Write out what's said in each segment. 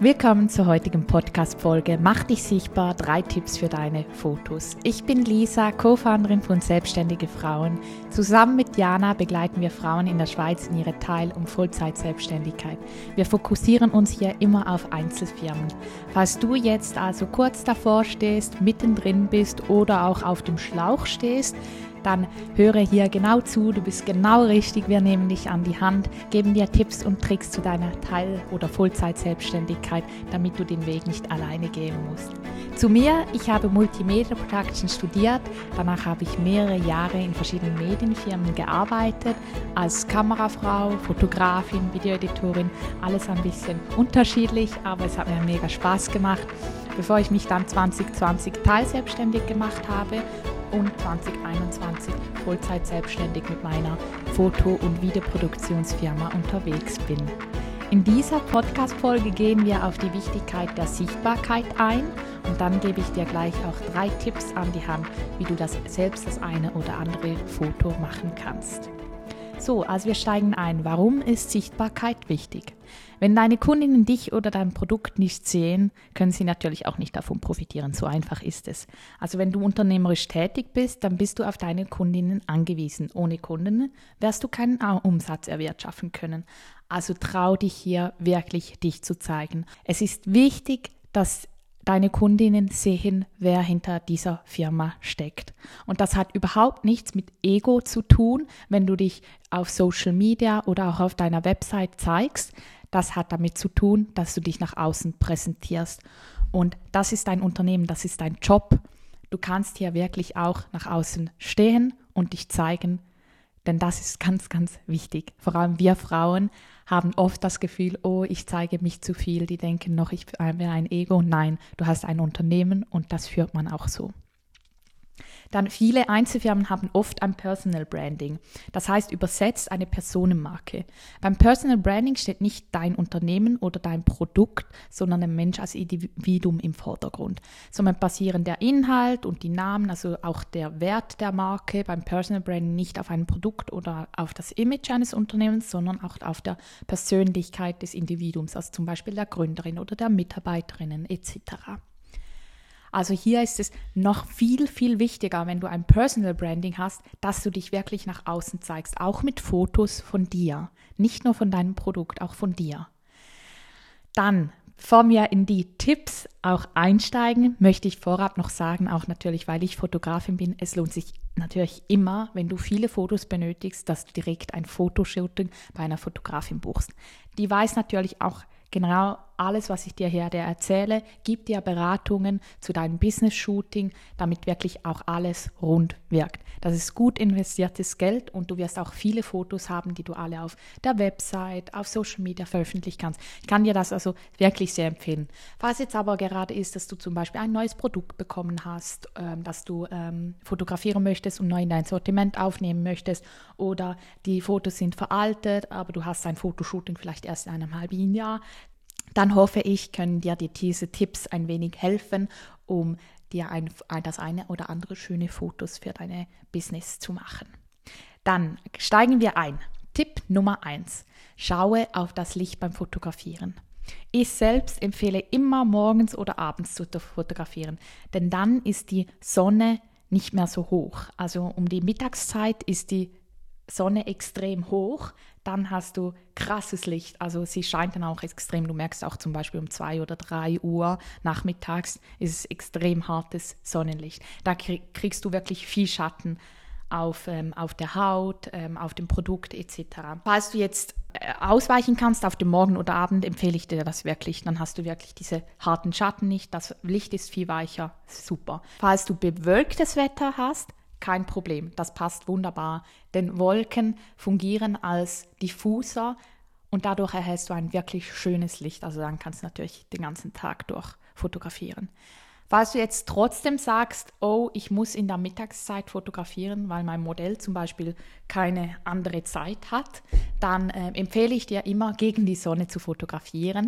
Willkommen zur heutigen Podcast-Folge Mach dich sichtbar, 3 Tipps für deine Fotos. Ich bin Lisa, Co-Founderin von Selbstständige Frauen. Zusammen mit Jana begleiten wir Frauen in der Schweiz in ihre Teil- und Vollzeit-Selbstständigkeit. Wir fokussieren uns hier immer auf Einzelfirmen. Falls du jetzt also kurz davor stehst, mittendrin bist oder auch auf dem Schlauch stehst, dann höre hier genau zu, du bist genau richtig, wir nehmen dich an die Hand, geben dir Tipps und Tricks zu deiner Teil- oder Vollzeit-Selbstständigkeit, damit du den Weg nicht alleine gehen musst. Zu mir, ich habe Multimedia Production studiert, danach habe ich mehrere Jahre in verschiedenen Medienfirmen gearbeitet, als Kamerafrau, Fotografin, Videoeditorin, alles ein bisschen unterschiedlich, aber es hat mir mega Spaß gemacht, bevor ich mich dann 2020 teilselbstständig gemacht habe und 2021 Vollzeit selbstständig mit meiner Foto- und Videoproduktionsfirma unterwegs bin. In dieser Podcast-Folge gehen wir auf die Wichtigkeit der Sichtbarkeit ein und dann gebe ich dir gleich auch 3 Tipps an die Hand, wie du das eine oder andere Foto machen kannst. So, also wir steigen ein. Warum ist Sichtbarkeit wichtig? Wenn deine Kundinnen dich oder dein Produkt nicht sehen, können sie natürlich auch nicht davon profitieren. So einfach ist es. Also wenn du unternehmerisch tätig bist, dann bist du auf deine Kundinnen angewiesen. Ohne Kundinnen wirst du keinen Umsatz erwirtschaften können. Also trau dich hier wirklich, dich zu zeigen. Es ist wichtig, dass deine Kundinnen sehen, wer hinter dieser Firma steckt. Und das hat überhaupt nichts mit Ego zu tun, wenn du dich auf Social Media oder auch auf deiner Website zeigst. Das hat damit zu tun, dass du dich nach außen präsentierst. Und das ist dein Unternehmen, das ist dein Job. Du kannst hier wirklich auch nach außen stehen und dich zeigen, denn das ist ganz, ganz wichtig. Vor allem wir Frauen haben oft das Gefühl, oh, ich zeige mich zu viel. Die denken noch, ich wäre ein Ego. Nein, du hast ein Unternehmen und das führt man auch so. Dann viele Einzelfirmen haben oft ein Personal Branding, das heißt übersetzt eine Personenmarke. Beim Personal Branding steht nicht dein Unternehmen oder dein Produkt, sondern ein Mensch als Individuum im Vordergrund. Somit basieren der Inhalt und die Namen, also auch der Wert der Marke beim Personal Branding nicht auf einem Produkt oder auf das Image eines Unternehmens, sondern auch auf der Persönlichkeit des Individuums, also zum Beispiel der Gründerin oder der Mitarbeiterinnen etc. Also hier ist es noch viel, viel wichtiger, wenn du ein Personal Branding hast, dass du dich wirklich nach außen zeigst, auch mit Fotos von dir, nicht nur von deinem Produkt, auch von dir. Dann, bevor wir in die Tipps auch einsteigen, möchte ich vorab noch sagen, auch natürlich, weil ich Fotografin bin, es lohnt sich natürlich immer, wenn du viele Fotos benötigst, dass du direkt ein Fotoshooting bei einer Fotografin buchst. Die weiß natürlich auch genau alles, was ich dir hier erzähle, gibt dir Beratungen zu deinem Business-Shooting, damit wirklich auch alles rund wirkt. Das ist gut investiertes Geld und du wirst auch viele Fotos haben, die du alle auf der Website, auf Social Media veröffentlichen kannst. Ich kann dir das also wirklich sehr empfehlen. Falls jetzt aber gerade ist, dass du zum Beispiel ein neues Produkt bekommen hast, das du fotografieren möchtest und neu in dein Sortiment aufnehmen möchtest oder die Fotos sind veraltet, aber du hast ein Fotoshooting vielleicht erst in einem halben Jahr, dann hoffe ich, können dir diese Tipps ein wenig helfen, um dir das eine oder andere schöne Fotos für deine Business zu machen. Dann steigen wir ein. Tipp Nummer 1. Schaue auf das Licht beim Fotografieren. Ich selbst empfehle immer morgens oder abends zu fotografieren, denn dann ist die Sonne nicht mehr so hoch. Also um die Mittagszeit ist die Sonne extrem hoch, dann hast du krasses Licht, also sie scheint dann auch extrem, du merkst auch zum Beispiel um 2 oder 3 Uhr nachmittags ist es extrem hartes Sonnenlicht. Da kriegst du wirklich viel Schatten auf der Haut, auf dem Produkt etc. Falls du jetzt ausweichen kannst auf den Morgen oder Abend, empfehle ich dir das wirklich, dann hast du wirklich diese harten Schatten nicht, das Licht ist viel weicher, super. Falls du bewölktes Wetter hast, kein Problem, das passt wunderbar, denn Wolken fungieren als Diffuser und dadurch erhältst du ein wirklich schönes Licht, also dann kannst du natürlich den ganzen Tag durch fotografieren. Falls du jetzt trotzdem sagst, oh, ich muss in der Mittagszeit fotografieren, weil mein Modell zum Beispiel keine andere Zeit hat, dann empfehle ich dir immer, gegen die Sonne zu fotografieren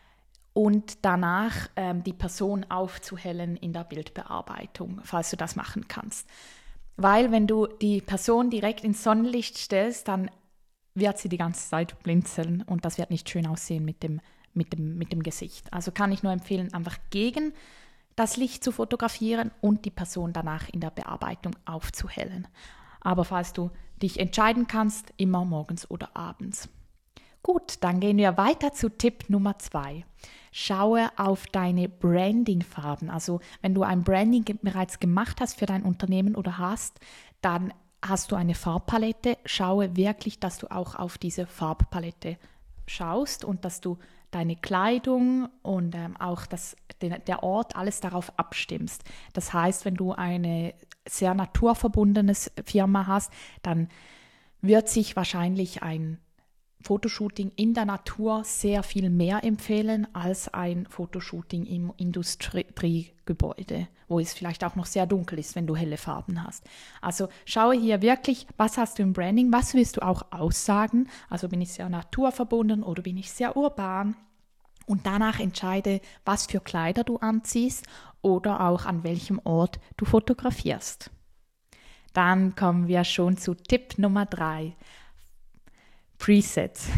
und danach die Person aufzuhellen in der Bildbearbeitung, falls du das machen kannst. Weil wenn du die Person direkt ins Sonnenlicht stellst, dann wird sie die ganze Zeit blinzeln und das wird nicht schön aussehen mit dem mit dem Gesicht. Also kann ich nur empfehlen, einfach gegen das Licht zu fotografieren und die Person danach in der Bearbeitung aufzuhellen. Aber falls du dich entscheiden kannst, immer morgens oder abends. Gut, dann gehen wir weiter zu Tipp Nummer 2. Schaue auf deine Branding-Farben. Also wenn du ein Branding bereits gemacht hast für dein Unternehmen oder hast, dann hast du eine Farbpalette. Schaue wirklich, dass du auch auf diese Farbpalette schaust und dass du deine Kleidung und auch der Ort, alles darauf abstimmst. Das heißt, wenn du eine sehr naturverbundene Firma hast, dann wird sich wahrscheinlich ein Fotoshooting in der Natur sehr viel mehr empfehlen als ein Fotoshooting im Industriegebäude, wo es vielleicht auch noch sehr dunkel ist, wenn du helle Farben hast. Also schaue hier wirklich, was hast du im Branding, was willst du auch aussagen, also bin ich sehr naturverbunden oder bin ich sehr urban, und danach entscheide, was für Kleider du anziehst oder auch an welchem Ort du fotografierst. Dann kommen wir schon zu Tipp Nummer 3. Presets.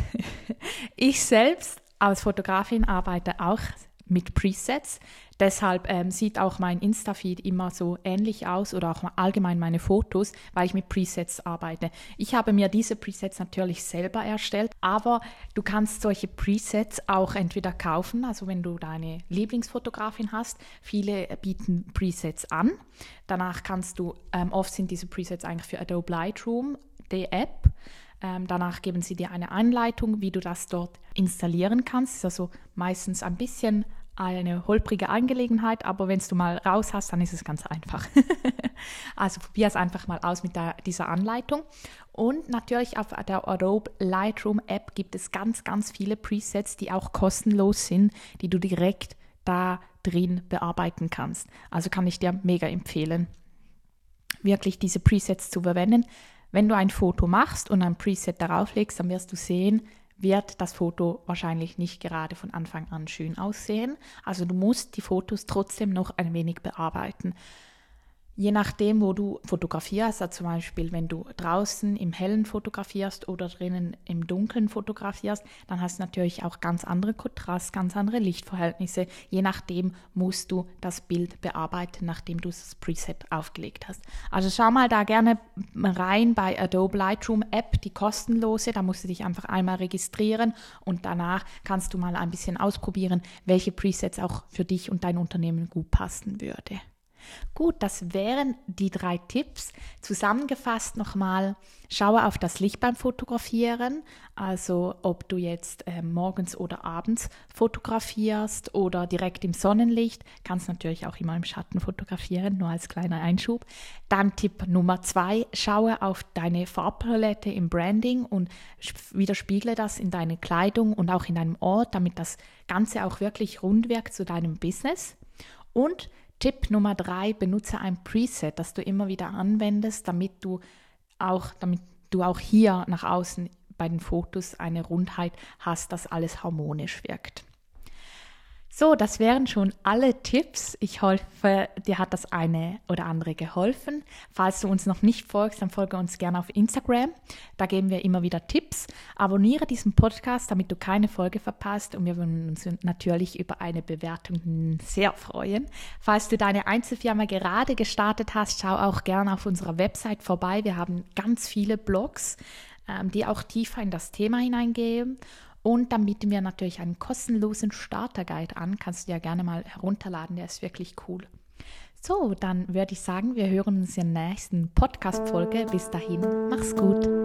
Ich selbst als Fotografin arbeite auch mit Presets. Deshalb sieht auch mein Insta-Feed immer so ähnlich aus oder auch allgemein meine Fotos, weil ich mit Presets arbeite. Ich habe mir diese Presets natürlich selber erstellt, aber du kannst solche Presets auch entweder kaufen, also wenn du deine Lieblingsfotografin hast. Viele bieten Presets an. Danach kannst du, oft sind diese Presets eigentlich für Adobe Lightroom, die App. Danach geben sie dir eine Anleitung, wie du das dort installieren kannst. Ist also meistens ein bisschen eine holprige Angelegenheit, aber wenn du mal raus hast, dann ist es ganz einfach. Also probier es einfach mal aus mit dieser Anleitung. Und natürlich auf der Adobe Lightroom App gibt es ganz, ganz viele Presets, die auch kostenlos sind, die du direkt da drin bearbeiten kannst. Also kann ich dir mega empfehlen, wirklich diese Presets zu verwenden. Wenn du ein Foto machst und ein Preset darauf legst, dann wirst du sehen, wird das Foto wahrscheinlich nicht gerade von Anfang an schön aussehen. Also du musst die Fotos trotzdem noch ein wenig bearbeiten. Je nachdem, wo du fotografierst, also zum Beispiel, wenn du draußen im Hellen fotografierst oder drinnen im Dunkeln fotografierst, dann hast du natürlich auch ganz andere Kontrast, ganz andere Lichtverhältnisse. Je nachdem musst du das Bild bearbeiten, nachdem du das Preset aufgelegt hast. Also schau mal da gerne rein bei Adobe Lightroom App, die kostenlose. Da musst du dich einfach einmal registrieren und danach kannst du mal ein bisschen ausprobieren, welche Presets auch für dich und dein Unternehmen gut passen würde. Gut, das wären die 3 Tipps. Zusammengefasst nochmal, schaue auf das Licht beim Fotografieren, also ob du jetzt morgens oder abends fotografierst oder direkt im Sonnenlicht, kannst natürlich auch immer im Schatten fotografieren, nur als kleiner Einschub. Dann Tipp Nummer 2, schaue auf deine Farbpalette im Branding und widerspiegle das in deine Kleidung und auch in deinem Ort, damit das Ganze auch wirklich rund wirkt zu deinem Business. Und Tipp Nummer 3, benutze ein Preset, das du immer wieder anwendest, damit du auch hier nach außen bei den Fotos eine Rundheit hast, dass alles harmonisch wirkt. So, das wären schon alle Tipps. Ich hoffe, dir hat das eine oder andere geholfen. Falls du uns noch nicht folgst, dann folge uns gerne auf Instagram. Da geben wir immer wieder Tipps. Abonniere diesen Podcast, damit du keine Folge verpasst. Und wir würden uns natürlich über eine Bewertung sehr freuen. Falls du deine Einzelfirma gerade gestartet hast, schau auch gerne auf unserer Website vorbei. Wir haben ganz viele Blogs, die auch tiefer in das Thema hineingehen. Und dann bieten wir natürlich einen kostenlosen Starter-Guide an. Kannst du ja gerne mal herunterladen, der ist wirklich cool. So, dann würde ich sagen, wir hören uns in der nächsten Podcast-Folge. Bis dahin, mach's gut.